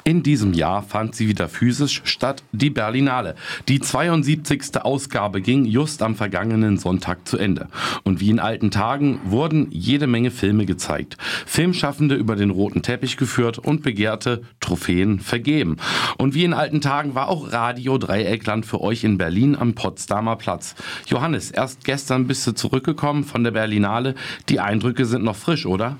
In diesem Jahr fand sie wieder physisch statt, die Berlinale. Die 72. Ausgabe ging just am vergangenen Sonntag zu Ende. Und wie in alten Tagen wurden jede Menge Filme gezeigt. Filmschaffende über den roten Teppich geführt und begehrte Trophäen vergeben. Und wie in alten Tagen war auch Radio Dreieckland für euch in Berlin am Potsdamer Platz. Johannes, erst gestern bist du zurückgekommen von der Berlinale. Die Eindrücke sind noch frisch, oder?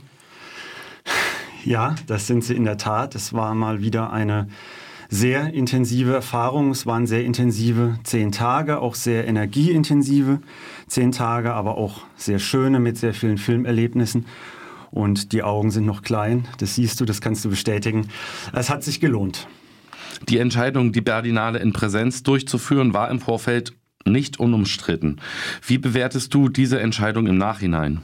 Ja, das sind sie in der Tat. Es war mal wieder eine sehr intensive Erfahrung. Es waren sehr intensive 10 Tage, auch sehr energieintensive 10 Tage, aber auch sehr schöne mit sehr vielen Filmerlebnissen. Und die Augen sind noch klein. Das siehst du, das kannst du bestätigen. Es hat sich gelohnt. Die Entscheidung, die Berlinale in Präsenz durchzuführen, war im Vorfeld nicht unumstritten. Wie bewertest du diese Entscheidung im Nachhinein?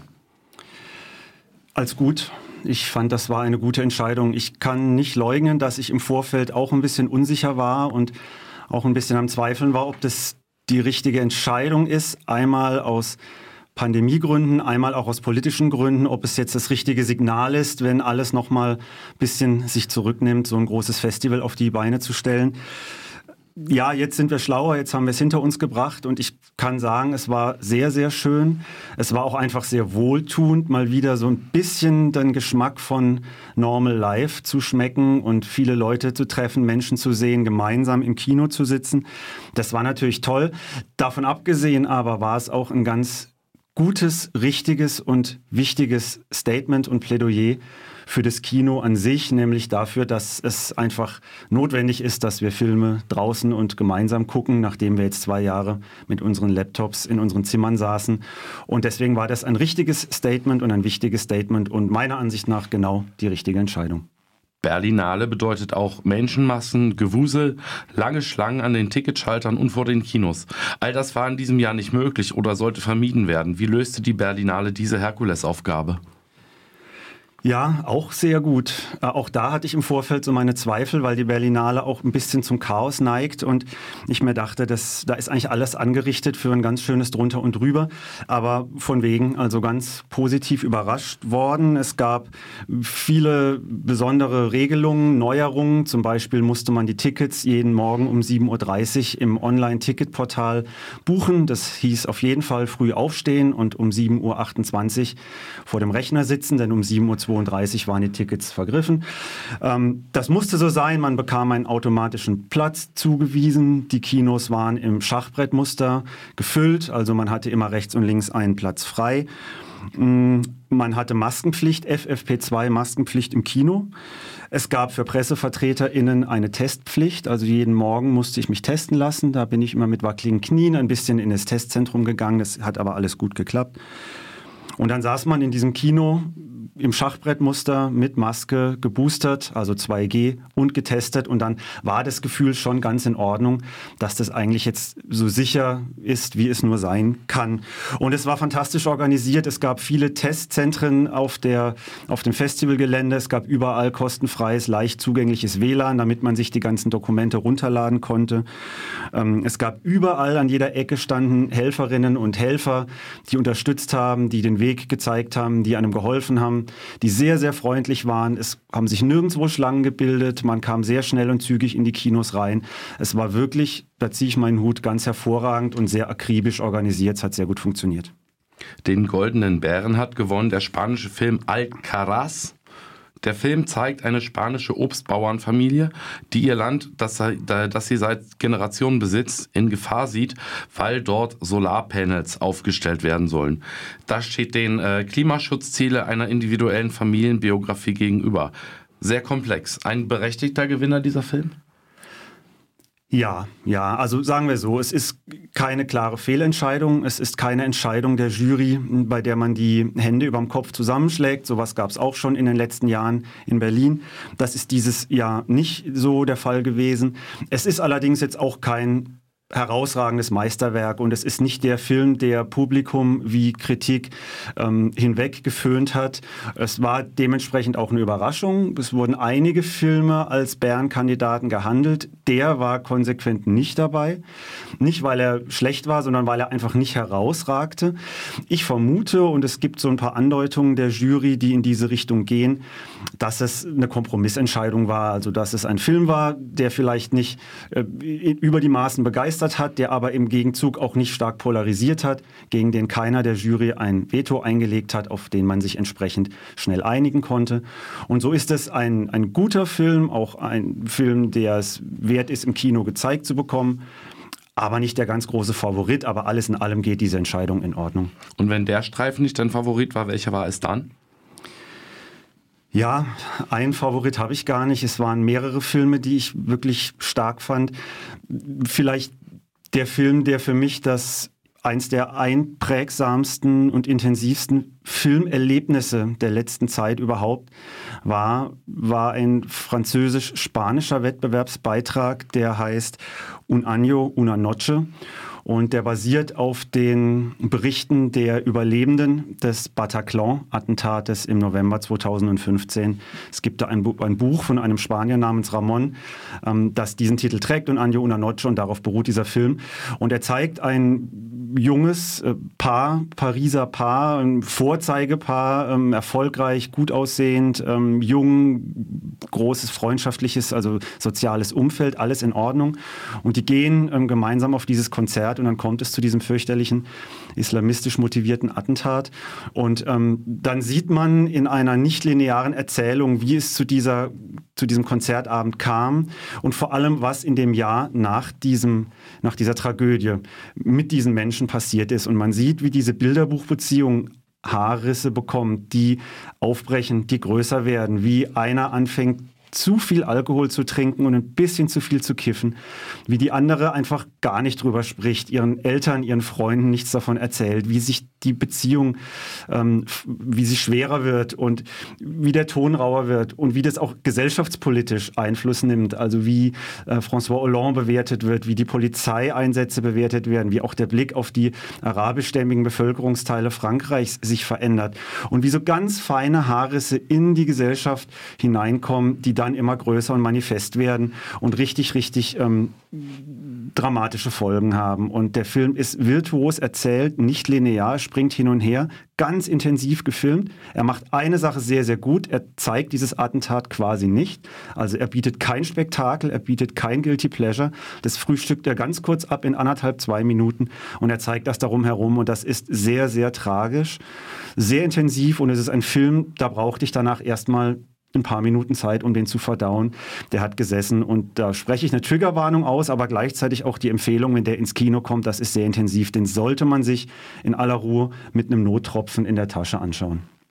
Als gut. Ich fand, das war eine gute Entscheidung. Ich kann nicht leugnen, dass ich im Vorfeld auch ein bisschen unsicher war und auch ein bisschen am Zweifeln war, ob das die richtige Entscheidung ist. Einmal aus Pandemiegründen, einmal auch aus politischen Gründen, ob es jetzt das richtige Signal ist, wenn alles noch mal ein bisschen sich zurücknimmt, so ein großes Festival auf die Beine zu stellen. Ja, jetzt sind wir schlauer, jetzt haben wir es hinter uns gebracht und ich kann sagen, es war sehr, sehr schön. Es war auch einfach sehr wohltuend, mal wieder so ein bisschen den Geschmack von Normal Life zu schmecken und viele Leute zu treffen, Menschen zu sehen, gemeinsam im Kino zu sitzen. Das war natürlich toll. Davon abgesehen aber war es auch ein ganz gutes, richtiges und wichtiges Statement und Plädoyer für das Kino an sich, nämlich dafür, dass es einfach notwendig ist, dass wir Filme draußen und gemeinsam gucken, nachdem wir jetzt 2 Jahre mit unseren Laptops in unseren Zimmern saßen. Und deswegen war das ein richtiges Statement und ein wichtiges Statement und meiner Ansicht nach genau die richtige Entscheidung. Berlinale bedeutet auch Menschenmassen, Gewusel, lange Schlangen an den Ticketschaltern und vor den Kinos. All das war in diesem Jahr nicht möglich oder sollte vermieden werden. Wie löste die Berlinale diese Herkulesaufgabe? Ja, auch sehr gut. Auch da hatte ich im Vorfeld so meine Zweifel, weil die Berlinale auch ein bisschen zum Chaos neigt und ich mir dachte, da ist eigentlich alles angerichtet für ein ganz schönes Drunter und Drüber, aber von wegen also ganz positiv überrascht worden. Es gab viele besondere Regelungen, Neuerungen, zum Beispiel musste man die Tickets jeden Morgen um 7.30 Uhr im Online-Ticketportal buchen. Das hieß auf jeden Fall früh aufstehen und um 7.28 Uhr vor dem Rechner sitzen, denn um 7.32 Uhr waren die Tickets vergriffen. Das musste so sein, man bekam einen automatischen Platz zugewiesen. Die Kinos waren im Schachbrettmuster gefüllt, also man hatte immer rechts und links einen Platz frei. Man hatte Maskenpflicht, FFP2-Maskenpflicht im Kino. Es gab für PressevertreterInnen eine Testpflicht, also jeden Morgen musste ich mich testen lassen. Da bin ich immer mit wackeligen Knien ein bisschen in das Testzentrum gegangen, das hat aber alles gut geklappt. Und dann saß man in diesem Kino im Schachbrettmuster mit Maske geboostert, also 2G und getestet und dann war das Gefühl schon ganz in Ordnung, dass das eigentlich jetzt so sicher ist, wie es nur sein kann. Und es war fantastisch organisiert. Es gab viele Testzentren auf dem Festivalgelände. Es gab überall kostenfreies, leicht zugängliches WLAN, damit man sich die ganzen Dokumente runterladen konnte. Es gab überall an jeder Ecke standen Helferinnen und Helfer, die unterstützt haben, die den Weg gezeigt haben, die einem geholfen haben, die sehr, sehr freundlich waren. Es haben sich nirgendwo Schlangen gebildet. Man kam sehr schnell und zügig in die Kinos rein. Es war wirklich, da ziehe ich meinen Hut, ganz hervorragend und sehr akribisch organisiert. Es hat sehr gut funktioniert. Den Goldenen Bären hat gewonnen der spanische Film Alcaraz. Der Film zeigt eine spanische Obstbauernfamilie, die ihr Land, das sie seit Generationen besitzt, in Gefahr sieht, weil dort Solarpanels aufgestellt werden sollen. Das steht den Klimaschutzzielen einer individuellen Familienbiografie gegenüber. Sehr komplex. Ein berechtigter Gewinner dieser Film? Ja, also sagen wir so, es ist keine klare Fehlentscheidung, es ist keine Entscheidung der Jury, bei der man die Hände überm Kopf zusammenschlägt. Sowas gab es auch schon in den letzten Jahren in Berlin. Das ist dieses Jahr nicht so der Fall gewesen. Es ist allerdings jetzt auch kein herausragendes Meisterwerk und es ist nicht der Film, der Publikum wie Kritik hinweg geföhnt hat. Es war dementsprechend auch eine Überraschung. Es wurden einige Filme als Bärenkandidaten gehandelt. Der war konsequent nicht dabei. Nicht, weil er schlecht war, sondern weil er einfach nicht herausragte. Ich vermute, und es gibt so ein paar Andeutungen der Jury, die in diese Richtung gehen, dass es eine Kompromissentscheidung war. Also dass es ein Film war, der vielleicht nicht über die Maßen begeistert hat, der aber im Gegenzug auch nicht stark polarisiert hat, gegen den keiner der Jury ein Veto eingelegt hat, auf den man sich entsprechend schnell einigen konnte. Und so ist es ein guter Film, auch ein Film, der es wert ist, im Kino gezeigt zu bekommen, aber nicht der ganz große Favorit, aber alles in allem geht diese Entscheidung in Ordnung. Und wenn der Streifen nicht dein Favorit war, welcher war es dann? Ja, einen Favorit habe ich gar nicht. Es waren mehrere Filme, die ich wirklich stark fand. Vielleicht der Film, der für mich eins der einprägsamsten und intensivsten Filmerlebnisse der letzten Zeit überhaupt war ein französisch-spanischer Wettbewerbsbeitrag, der heißt Un año, una noche. Und der basiert auf den Berichten der Überlebenden des Bataclan-Attentates im November 2015. Es gibt da ein Buch von einem Spanier namens Ramon, das diesen Titel trägt, Un año, una noche, und darauf beruht dieser Film. Und er zeigt ein junges Pariser Paar, ein Vorzeigepaar, erfolgreich, gut aussehend, jung, großes freundschaftliches, also soziales Umfeld, alles in Ordnung. Und die gehen gemeinsam auf dieses Konzert und dann kommt es zu diesem fürchterlichen islamistisch motivierten Attentat. Und dann sieht man in einer nicht-linearen Erzählung, wie es zu diesem Konzertabend kam und vor allem, was in dem Jahr nach dieser Tragödie mit diesen Menschen passiert ist. Und man sieht, wie diese Bilderbuchbeziehung Haarrisse bekommt, die aufbrechen, die größer werden, wie einer anfängt, zu viel Alkohol zu trinken und ein bisschen zu viel zu kiffen, wie die andere einfach gar nicht drüber spricht, ihren Eltern, ihren Freunden nichts davon erzählt, wie sich die Beziehung, wie sie schwerer wird und wie der Ton rauer wird und wie das auch gesellschaftspolitisch Einfluss nimmt, also wie François Hollande bewertet wird, wie die Polizeieinsätze bewertet werden, wie auch der Blick auf die arabischstämmigen Bevölkerungsteile Frankreichs sich verändert und wie so ganz feine Haarrisse in die Gesellschaft hineinkommen, die dann immer größer und manifest werden und richtig dramatische Folgen haben. Und der Film ist virtuos erzählt, nicht linear, springt hin und her, ganz intensiv gefilmt. Er macht eine Sache sehr, sehr gut. Er zeigt dieses Attentat quasi nicht. Also er bietet kein Spektakel, er bietet kein Guilty Pleasure. Das frühstückt er ganz kurz ab in 1,5-2 Minuten und er zeigt das darum herum und das ist sehr, sehr tragisch, sehr intensiv und es ist ein Film, da brauchte ich danach erstmal ein paar Minuten Zeit, um den zu verdauen. Der hat gesessen und da spreche ich eine Triggerwarnung aus, aber gleichzeitig auch die Empfehlung, wenn der ins Kino kommt, das ist sehr intensiv. Den sollte man sich in aller Ruhe mit einem Nottropfen in der Tasche anschauen.